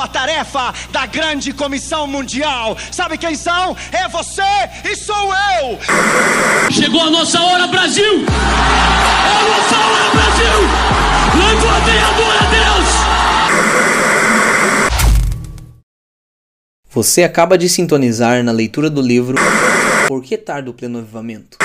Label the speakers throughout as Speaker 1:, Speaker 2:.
Speaker 1: a tarefa da grande comissão mundial. Sabe quem são? É você e sou eu.
Speaker 2: Chegou a nossa hora, Brasil! É a nossa hora, Brasil! Levanta e adora a Deus!
Speaker 3: Você acaba de sintonizar na leitura do livro Por que Tarda o Pleno Avivamento?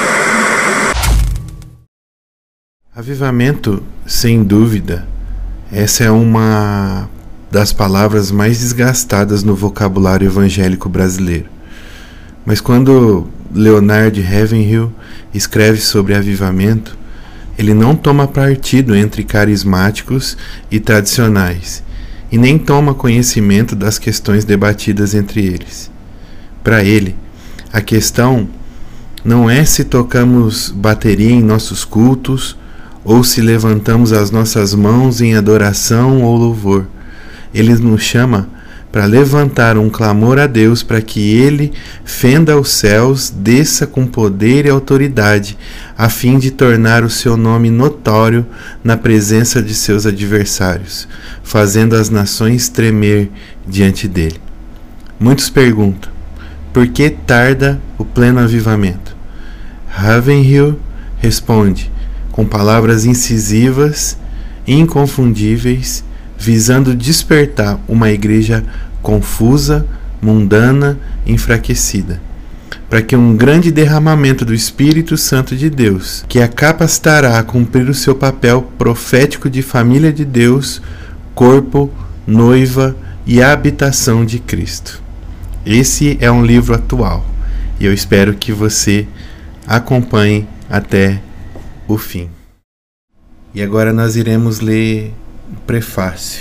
Speaker 4: Avivamento, sem dúvida, essa é uma das palavras mais desgastadas no vocabulário evangélico brasileiro. Mas quando Leonard Ravenhill escreve sobre avivamento, ele não toma partido entre carismáticos e tradicionais, e nem toma conhecimento das questões debatidas entre eles. Para ele, a questão não é se tocamos bateria em nossos cultos ou se levantamos as nossas mãos em adoração ou louvor. Ele nos chama para levantar um clamor a Deus para que Ele fenda os céus, desça com poder e autoridade, a fim de tornar o seu nome notório na presença de seus adversários, fazendo as nações tremer diante dele. Muitos perguntam, por que tarda o pleno avivamento? Ravenhill responde com palavras incisivas, inconfundíveis, visando despertar uma igreja confusa, mundana, enfraquecida, para que um grande derramamento do Espírito Santo de Deus, que a capacitará a cumprir o seu papel profético de família de Deus, corpo, noiva e habitação de Cristo. Esse é um livro atual e eu espero que você acompanhe até o fim. E agora nós iremos ler o prefácio.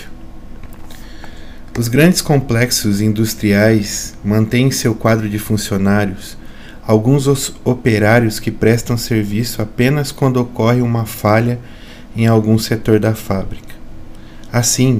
Speaker 4: Os grandes complexos industriais mantêm em seu quadro de funcionários alguns operários que prestam serviço apenas quando ocorre uma falha em algum setor da fábrica. Assim,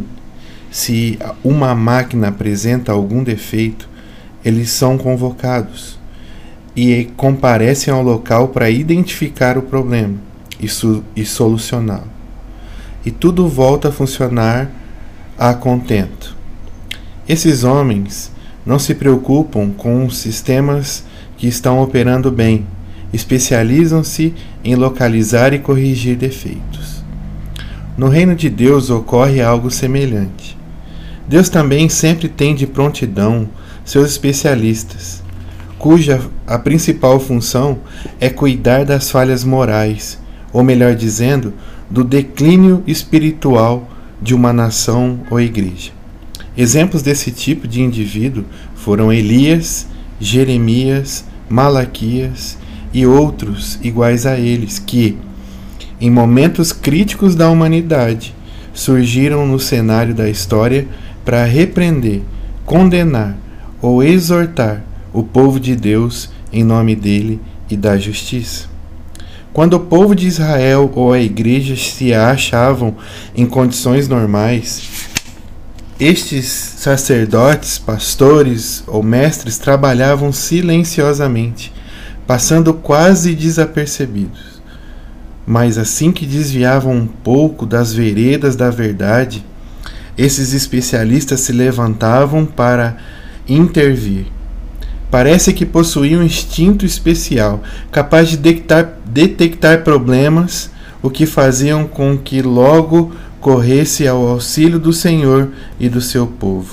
Speaker 4: se uma máquina apresenta algum defeito, eles são convocados e comparecem ao local para identificar o problema e solucioná-lo. E tudo volta a funcionar a contento. Esses homens não se preocupam com os sistemas que estão operando bem, especializam-se em localizar e corrigir defeitos. No reino de Deus ocorre algo semelhante. Deus também sempre tem de prontidão seus especialistas, cuja a principal função é cuidar das falhas morais, ou melhor dizendo, do declínio espiritual de uma nação ou igreja. Exemplos desse tipo de indivíduo foram Elias, Jeremias, Malaquias e outros iguais a eles que, em momentos críticos da humanidade, surgiram no cenário da história para repreender, condenar ou exortar o povo de Deus em nome dele e da justiça. Quando o povo de Israel ou a igreja se achavam em condições normais, estes sacerdotes, pastores ou mestres trabalhavam silenciosamente, passando quase desapercebidos. Mas assim que desviavam um pouco das veredas da verdade, esses especialistas se levantavam para intervir. Parece que possuíam um instinto especial, capaz de detectar problemas, o que faziam com que logo corresse ao auxílio do Senhor e do seu povo.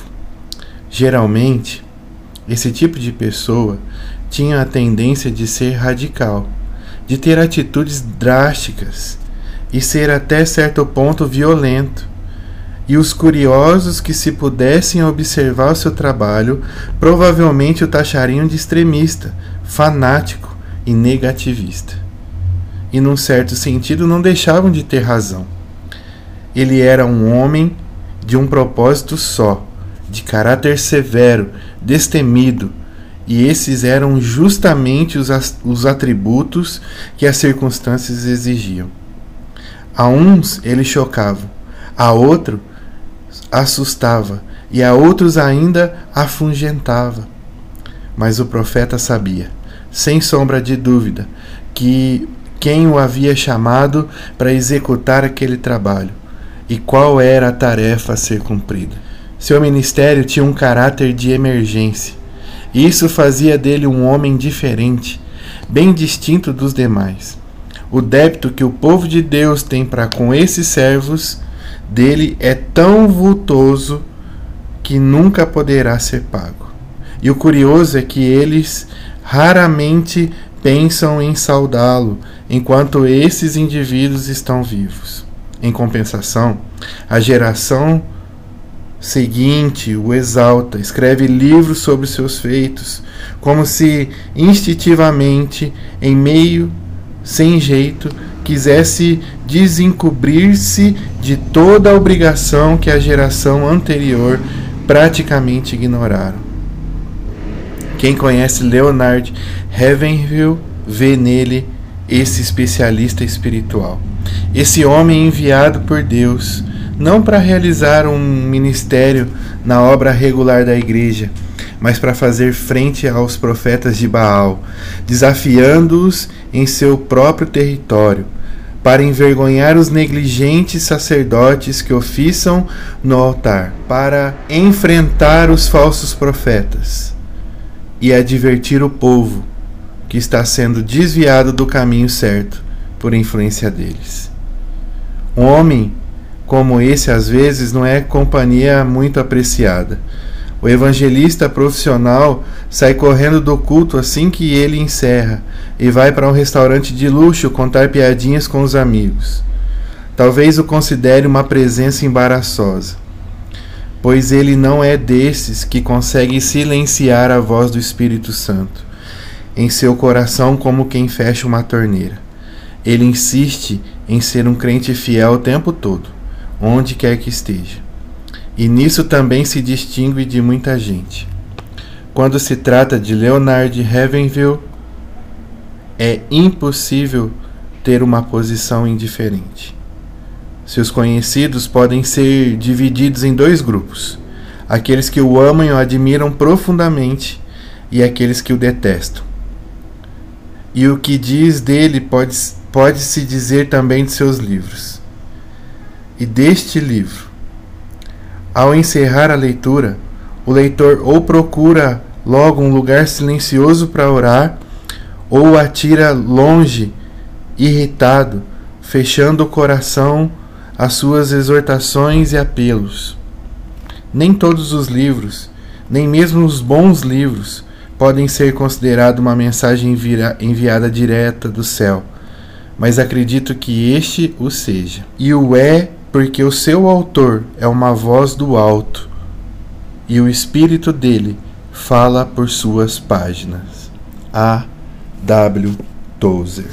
Speaker 4: Geralmente, esse tipo de pessoa tinha a tendência de ser radical, de ter atitudes drásticas e ser até certo ponto violento. E os curiosos que se pudessem observar o seu trabalho provavelmente o taxariam de extremista, fanático e negativista. E num certo sentido não deixavam de ter razão. Ele era um homem de um propósito só, de caráter severo, destemido, e esses eram justamente os atributos que as circunstâncias exigiam. A uns ele chocava, a outro assustava e a outros ainda afugentava. Mas o profeta sabia, sem sombra de dúvida, que quem o havia chamado para executar aquele trabalho e qual era a tarefa a ser cumprida. Seu ministério tinha um caráter de emergência. Isso fazia dele um homem diferente, bem distinto dos demais. O débito que o povo de Deus tem para com esses servos dele é tão vultoso que nunca poderá ser pago. E o curioso é que eles raramente pensam em saudá-lo enquanto esses indivíduos estão vivos. Em compensação, a geração seguinte o exalta, escreve livros sobre seus feitos, como se instintivamente, em meio sem jeito, quisesse desencobrir-se de toda a obrigação que a geração anterior praticamente ignoraram. Quem conhece Leonard Ravenhill vê nele esse especialista espiritual, esse homem enviado por Deus, não para realizar um ministério na obra regular da igreja, mas para fazer frente aos profetas de Baal, desafiando-os em seu próprio território, para envergonhar os negligentes sacerdotes que oficiam no altar, para enfrentar os falsos profetas e advertir o povo que está sendo desviado do caminho certo por influência deles. Um homem como esse, às vezes, não é companhia muito apreciada. O evangelista profissional sai correndo do culto assim que ele encerra e vai para um restaurante de luxo contar piadinhas com os amigos. Talvez o considere uma presença embaraçosa, pois ele não é desses que conseguem silenciar a voz do Espírito Santo em seu coração como quem fecha uma torneira. Ele insiste em ser um crente fiel o tempo todo, onde quer que esteja. E nisso também se distingue de muita gente. Quando se trata de Leonard Ravenhill, é impossível ter uma posição indiferente. Seus conhecidos podem ser divididos em dois grupos: aqueles que o amam e o admiram profundamente e aqueles que o detestam. E o que diz dele pode-se dizer também de seus livros. E deste livro, ao encerrar a leitura, o leitor ou procura logo um lugar silencioso para orar, ou o atira longe, irritado, fechando o coração às suas exortações e apelos. Nem todos os livros, nem mesmo os bons livros, podem ser considerados uma mensagem enviada direta do céu, mas acredito que este o seja. E o é porque o seu autor é uma voz do alto, e o espírito dele fala por suas páginas. A. W. Tozer.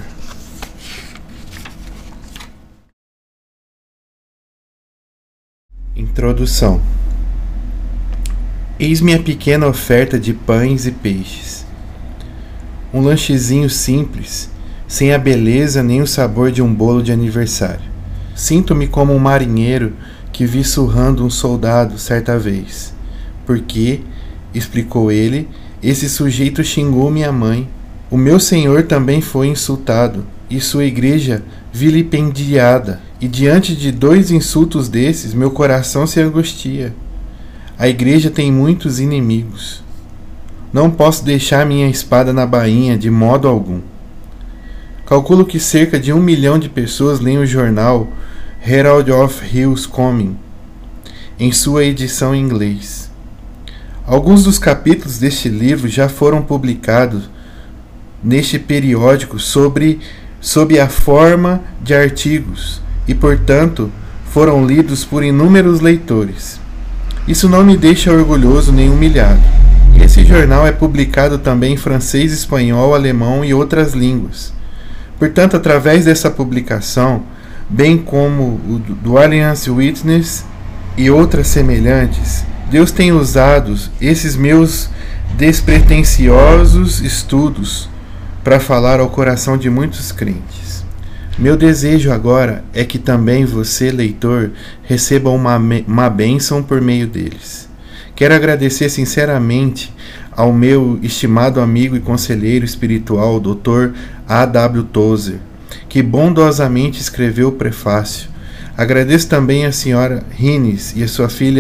Speaker 4: Introdução. Eis-me a pequena oferta de pães e peixes. Um lanchezinho simples, sem a beleza nem o sabor de um bolo de aniversário. Sinto-me como um marinheiro que vi surrando um soldado certa vez. Porque, explicou ele, esse sujeito xingou minha mãe. O meu senhor também foi insultado, e sua igreja vilipendiada. E diante de 2 insultos desses, meu coração se angustia. A igreja tem muitos inimigos. Não posso deixar minha espada na bainha de modo algum. Calculo que cerca de 1 milhão de pessoas leem o jornal Herald of Hills Coming, em sua edição em inglês. Alguns dos capítulos deste livro já foram publicados neste periódico sob a forma de artigos e, portanto, foram lidos por inúmeros leitores. Isso não me deixa orgulhoso nem humilhado. Esse jornal é publicado também em francês, espanhol, alemão e outras línguas. Portanto, através dessa publicação, bem como o do Alliance Witness e outras semelhantes, Deus tem usado esses meus despretensiosos estudos para falar ao coração de muitos crentes. Meu desejo agora é que também você, leitor, receba uma bênção por meio deles. Quero agradecer sinceramente ao meu estimado amigo e conselheiro espiritual, Dr. A. W. Tozer, que bondosamente escreveu o prefácio. Agradeço também à senhora Hines e a sua filha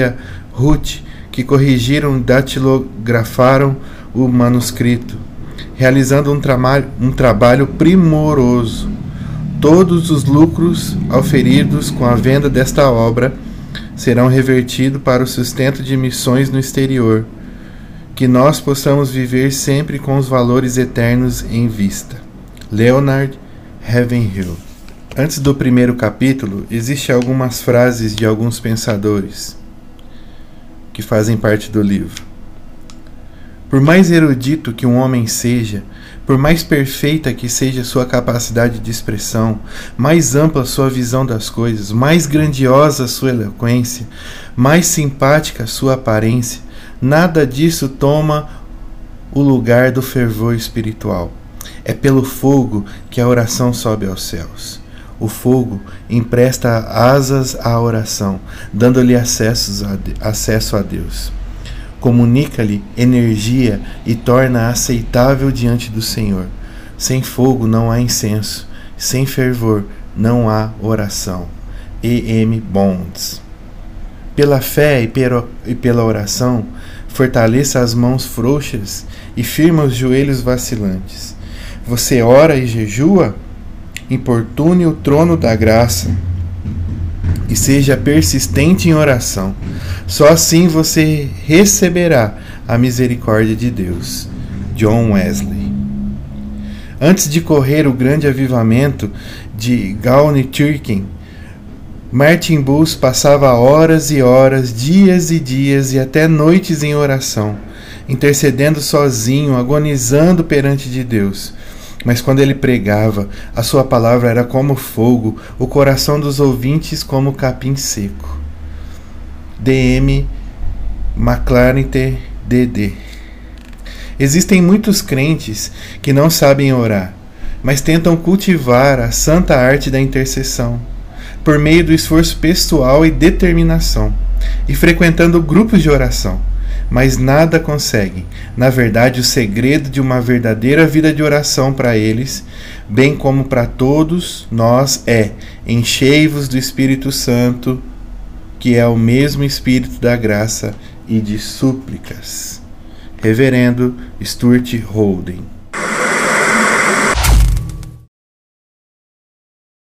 Speaker 4: Ruth, que corrigiram e datilografaram o manuscrito, realizando um trabalho primoroso. Todos os lucros auferidos com a venda desta obra serão revertidos para o sustento de missões no exterior, que nós possamos viver sempre com os valores eternos em vista. Leonard Ravenhill. Antes do primeiro capítulo, existem algumas frases de alguns pensadores que fazem parte do livro. Por mais erudito que um homem seja, por mais perfeita que seja sua capacidade de expressão, mais ampla sua visão das coisas, mais grandiosa sua eloquência, mais simpática sua aparência, nada disso toma o lugar do fervor espiritual. É pelo fogo que a oração sobe aos céus. O fogo empresta asas à oração, dando-lhe acesso a Deus. Comunica-lhe energia e torna aceitável diante do Senhor. Sem fogo não há incenso, sem fervor não há oração. E.M. Bonds. Pela fé e pela oração, fortaleça as mãos frouxas e firma os joelhos vacilantes. Você ora e jejua? Importune o trono da graça e seja persistente em oração. Só assim você receberá a misericórdia de Deus. John Wesley. Antes de correr o grande avivamento de Gaunikirchen, Martin Bulls passava horas e horas, dias e dias e até noites em oração, intercedendo sozinho, agonizando perante de Deus. Mas quando ele pregava, a sua palavra era como fogo, o coração dos ouvintes como capim seco. D.M. McLaren D.D. Existem muitos crentes que não sabem orar, mas tentam cultivar a santa arte da intercessão, por meio do esforço pessoal e determinação, e frequentando grupos de oração. Mas nada conseguem. Na verdade, o segredo de uma verdadeira vida de oração para eles, bem como para todos nós, é: enchei-vos do Espírito Santo, que é o mesmo Espírito da graça e de súplicas. Reverendo Stuart Holden.